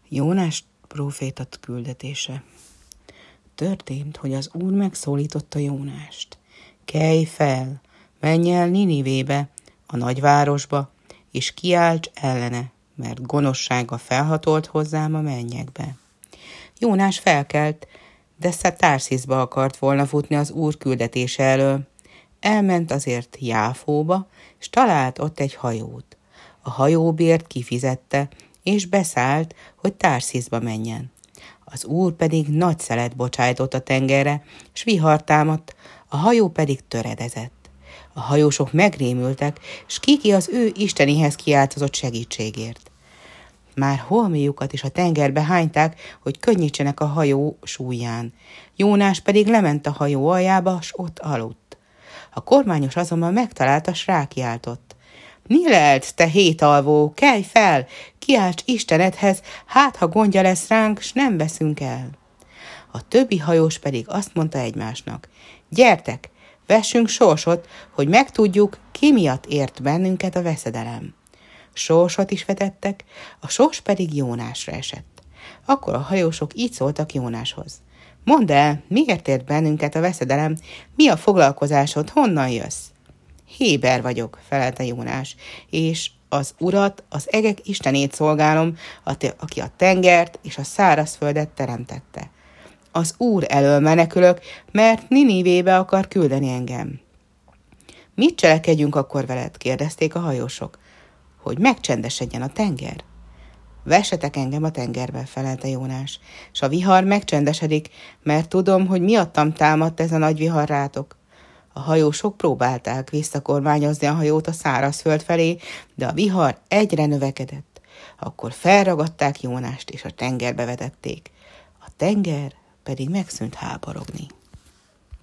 Jónás próféta küldetése. Történt, hogy az Úr megszólította Jónást. Kelj fel, menj el Ninivébe, a nagyvárosba, és kiálts ellene, mert gonoszsága felhatolt hozzám a mennyekbe. Jónás felkelt, de Társzíszba akart volna futni az Úr küldetése elől. Elment azért Jáfóba, és talált ott egy hajót. A hajóbért kifizette, és beszállt, hogy Társzíszba menjen. Az Úr pedig nagy szelet bocsájtott a tengerre, s vihar támadt, a hajó pedig töredezett. A hajósok megrémültek, s ki az ő istenihez kiáltozott segítségért. Már holmiukat is a tengerbe hányták, hogy könnyítsenek a hajó súlyán. Jónás pedig lement a hajó aljába, s ott aludt. A kormányos azonban megtalálta, s rákiáltott. Mi lelt, te hétalvó, kelj fel, kiálts Istenedhez, hát ha gondja lesz ránk, s nem veszünk el. A többi hajós pedig azt mondta egymásnak. Gyertek, vessünk sorsot, hogy megtudjuk, ki miatt ért bennünket a veszedelem. Sorsot is vetettek, a sors pedig Jónásra esett. Akkor a hajósok így szóltak Jónáshoz. Mondd el, miért ért bennünket a veszedelem, mi a foglalkozásod, honnan jössz? Héber vagyok, felelte Jónás, és az Urat, az egek Istenét szolgálom, aki a tengert és a szárazföldet teremtette. Az Úr elől menekülök, mert Ninivébe akar küldeni engem. Mit cselekedjünk akkor veled? Kérdezték a hajósok. Hogy megcsendesedjen a tenger? Vessetek engem a tengerbe, felelte Jónás, s a vihar megcsendesedik, mert tudom, hogy miattam támadt ez a nagy vihar rátok. A hajósok próbálták visszakormányozni a hajót a szárazföld felé, de a vihar egyre növekedett. Akkor felragadták Jónást, és a tengerbe vetették. A tenger pedig megszűnt háborogni.